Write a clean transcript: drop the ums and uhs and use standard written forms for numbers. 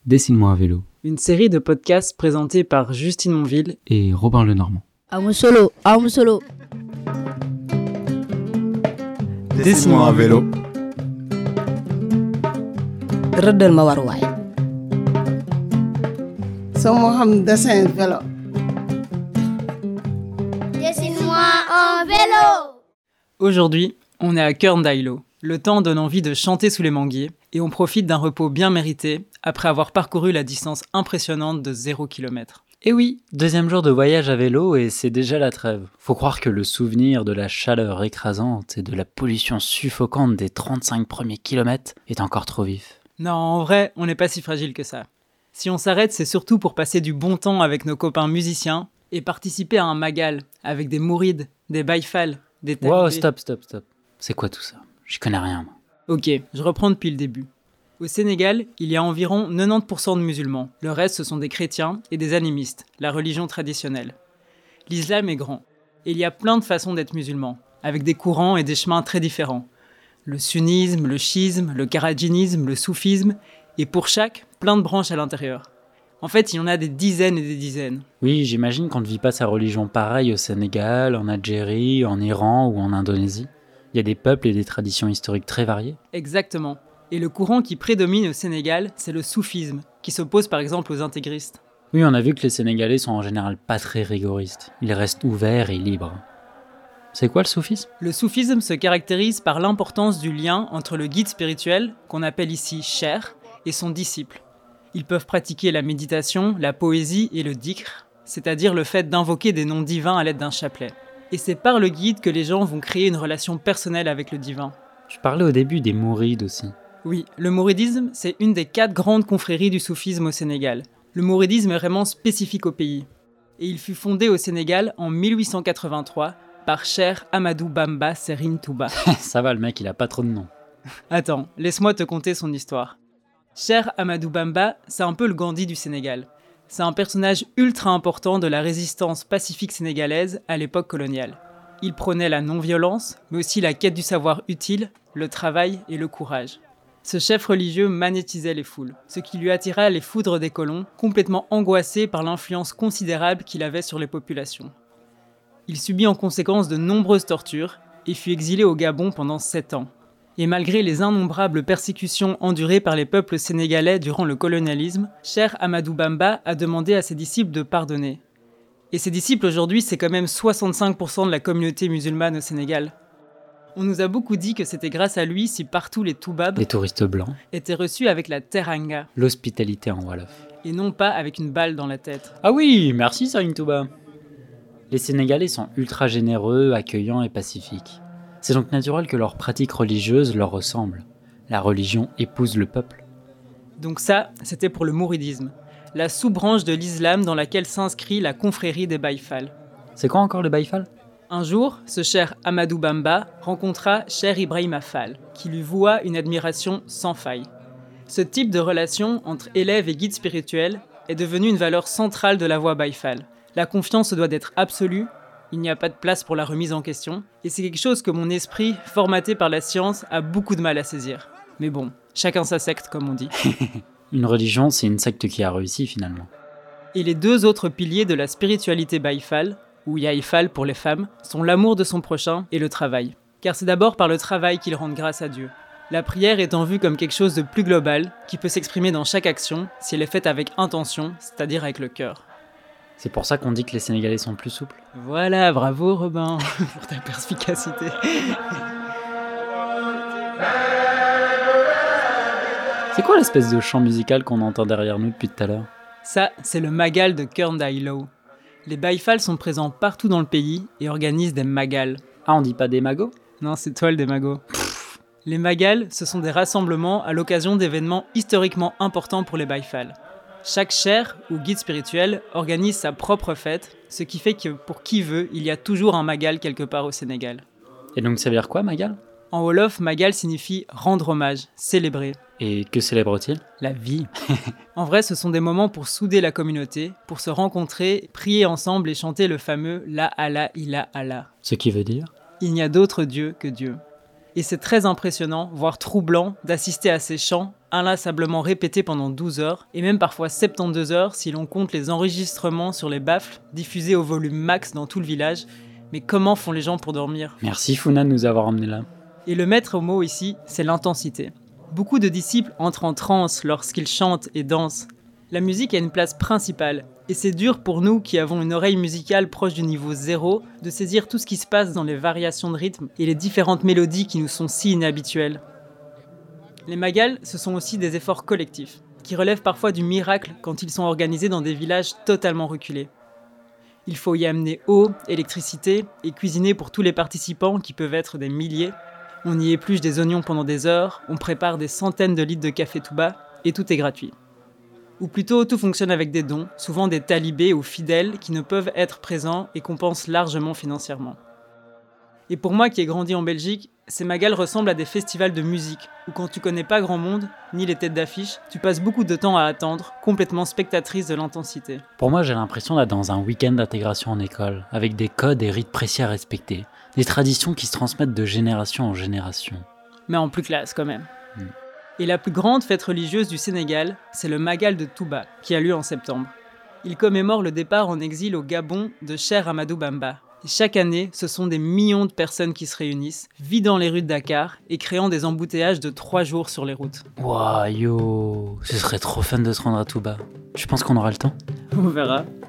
Dessine-moi un vélo. Une série de podcasts présentés par Justine Monville et Robin Lenormand. Solo. Dessine-moi un vélo. Rëddal ma waruwaay. Sama xam dessin vélo. Dessine-moi un vélo. Aujourd'hui, on est à Kern-Dailo. Le temps donne envie de chanter sous les manguiers et on profite d'un repos bien mérité après avoir parcouru la distance impressionnante de 0 km. Et oui, deuxième jour de voyage à vélo et c'est déjà la trêve. Faut croire que le souvenir de la chaleur écrasante et de la pollution suffocante des 35 premiers kilomètres est encore trop vif. Non, en vrai, on n'est pas si fragile que ça. Si on s'arrête, c'est surtout pour passer du bon temps avec nos copains musiciens et participer à un magal avec des mourides, des baïfals, des talibés. Wow, stop. C'est quoi tout ça ? J'y connais rien, moi. Ok, je reprends depuis le début. Au Sénégal, il y a environ 90% de musulmans. Le reste, ce sont des chrétiens et des animistes, la religion traditionnelle. L'islam est grand, et il y a plein de façons d'être musulman, avec des courants et des chemins très différents. Le sunnisme, le chiisme, le karadjinisme, le soufisme, et pour chaque, plein de branches à l'intérieur. En fait, il y en a des dizaines et des dizaines. Oui, j'imagine qu'on ne vit pas sa religion pareil au Sénégal, en Algérie, en Iran ou en Indonésie. Il y a des peuples et des traditions historiques très variées. Exactement. Et le courant qui prédomine au Sénégal, c'est le soufisme, qui s'oppose par exemple aux intégristes. Oui, on a vu que les Sénégalais sont en général pas très rigoristes. Ils restent ouverts et libres. C'est quoi le soufisme ? Le soufisme se caractérise par l'importance du lien entre le guide spirituel, qu'on appelle ici cheikh, et son disciple. Ils peuvent pratiquer la méditation, la poésie et le dhikr, c'est-à-dire le fait d'invoquer des noms divins à l'aide d'un chapelet. Et c'est par le guide que les gens vont créer une relation personnelle avec le divin. Tu parlais au début des mourides aussi. Oui, le mouridisme, c'est une des 4 grandes confréries du soufisme au Sénégal. Le mouridisme est vraiment spécifique au pays. Et il fut fondé au Sénégal en 1883 par Cheikh Ahmadou Bamba Serigne Touba. Ça va, le mec, il a pas trop de noms. Attends, laisse-moi te conter son histoire. Cheikh Ahmadou Bamba, c'est un peu le Gandhi du Sénégal. C'est un personnage ultra important de la résistance pacifique sénégalaise à l'époque coloniale. Il prônait la non-violence, mais aussi la quête du savoir utile, le travail et le courage. Ce chef religieux magnétisait les foules, ce qui lui attira les foudres des colons, complètement angoissés par l'influence considérable qu'il avait sur les populations. Il subit en conséquence de nombreuses tortures et fut exilé au Gabon pendant 7 ans. Et malgré les innombrables persécutions endurées par les peuples sénégalais durant le colonialisme, Cheikh Ahmadou Bamba a demandé à ses disciples de pardonner. Et ses disciples aujourd'hui, c'est quand même 65% de la communauté musulmane au Sénégal. On nous a beaucoup dit que c'était grâce à lui si partout les toubabs, les touristes blancs, étaient reçus avec la teranga, l'hospitalité en wolof, et non pas avec une balle dans la tête. Ah oui, merci Serigne Touba. Les Sénégalais sont ultra généreux, accueillants et pacifiques. C'est donc naturel que leurs pratiques religieuses leur ressemblent. La religion épouse le peuple. Donc ça, c'était pour le mouridisme, la sous-branche de l'islam dans laquelle s'inscrit la confrérie des baïfals. C'est quoi encore le baïfal ? Un jour, ce cher Ahmadou Bamba rencontra Cheikh Ibrahima Fall, qui lui voua une admiration sans faille. Ce type de relation entre élève et guide spirituel est devenu une valeur centrale de la voie baïfal. La confiance doit être absolue, il n'y a pas de place pour la remise en question, et c'est quelque chose que mon esprit, formaté par la science, a beaucoup de mal à saisir. Mais bon, chacun sa secte, comme on dit. Une religion, c'est une secte qui a réussi finalement. Et les 2 autres piliers de la spiritualité baïfal, ou Yaïfal pour les femmes, sont l'amour de son prochain et le travail. Car c'est d'abord par le travail qu'ils rendent grâce à Dieu. La prière étant vue comme quelque chose de plus global, qui peut s'exprimer dans chaque action, si elle est faite avec intention, c'est-à-dire avec le cœur. C'est pour ça qu'on dit que les Sénégalais sont plus souples. Voilà, bravo Robin, pour ta perspicacité. C'est quoi l'espèce de chant musical qu'on entend derrière nous depuis tout à l'heure ? Ça, c'est le magal de Kern-Dailo. Les baïfals sont présents partout dans le pays et organisent des magals. Ah, on dit pas des magots ? Non, c'est toi le démago. Les magals, ce sont des rassemblements à l'occasion d'événements historiquement importants pour les baïfals. Chaque cheikh ou guide spirituel organise sa propre fête, ce qui fait que pour qui veut, il y a toujours un magal quelque part au Sénégal. Et donc ça veut dire quoi, magal ? En wolof, magal signifie rendre hommage, célébrer. Et que célèbre-t-il ? La vie. En vrai, ce sont des moments pour souder la communauté, pour se rencontrer, prier ensemble et chanter le fameux La Allah ila Allah. Ce qui veut dire ? Il n'y a d'autre Dieu que Dieu. Et c'est très impressionnant, voire troublant, d'assister à ces chants, inlassablement répétés pendant 12 heures, et même parfois 72 heures si l'on compte les enregistrements sur les baffles, diffusés au volume max dans tout le village. Mais comment font les gens pour dormir ? Merci Funa de nous avoir emmenés là. Et le maître mot ici, c'est l'intensité. Beaucoup de disciples entrent en transe lorsqu'ils chantent et dansent. La musique a une place principale, et c'est dur pour nous qui avons une oreille musicale proche du niveau 0 de saisir tout ce qui se passe dans les variations de rythme et les différentes mélodies qui nous sont si inhabituelles. Les Magals, ce sont aussi des efforts collectifs, qui relèvent parfois du miracle quand ils sont organisés dans des villages totalement reculés. Il faut y amener eau, électricité et cuisiner pour tous les participants qui peuvent être des milliers. On y épluche des oignons pendant des heures, on prépare des centaines de litres de café Touba et tout est gratuit. Ou plutôt, tout fonctionne avec des dons, souvent des talibés ou fidèles qui ne peuvent être présents et compensent largement financièrement. Et pour moi qui ai grandi en Belgique, ces Magals ressemblent à des festivals de musique, où quand tu connais pas grand monde, ni les têtes d'affiche, tu passes beaucoup de temps à attendre, complètement spectatrice de l'intensité. Pour moi, j'ai l'impression d'être dans un week-end d'intégration en école, avec des codes et rites précis à respecter, des traditions qui se transmettent de génération en génération. Mais en plus classe quand même. Et la plus grande fête religieuse du Sénégal, c'est le Magal de Touba, qui a lieu en septembre. Il commémore le départ en exil au Gabon de Cheikh Ahmadou Bamba. Et chaque année, ce sont des millions de personnes qui se réunissent, vidant les rues de Dakar et créant des embouteillages de 3 jours sur les routes. Wouah, yo, ce serait trop fun de se rendre à Touba. Tu penses qu'on aura le temps ? On verra.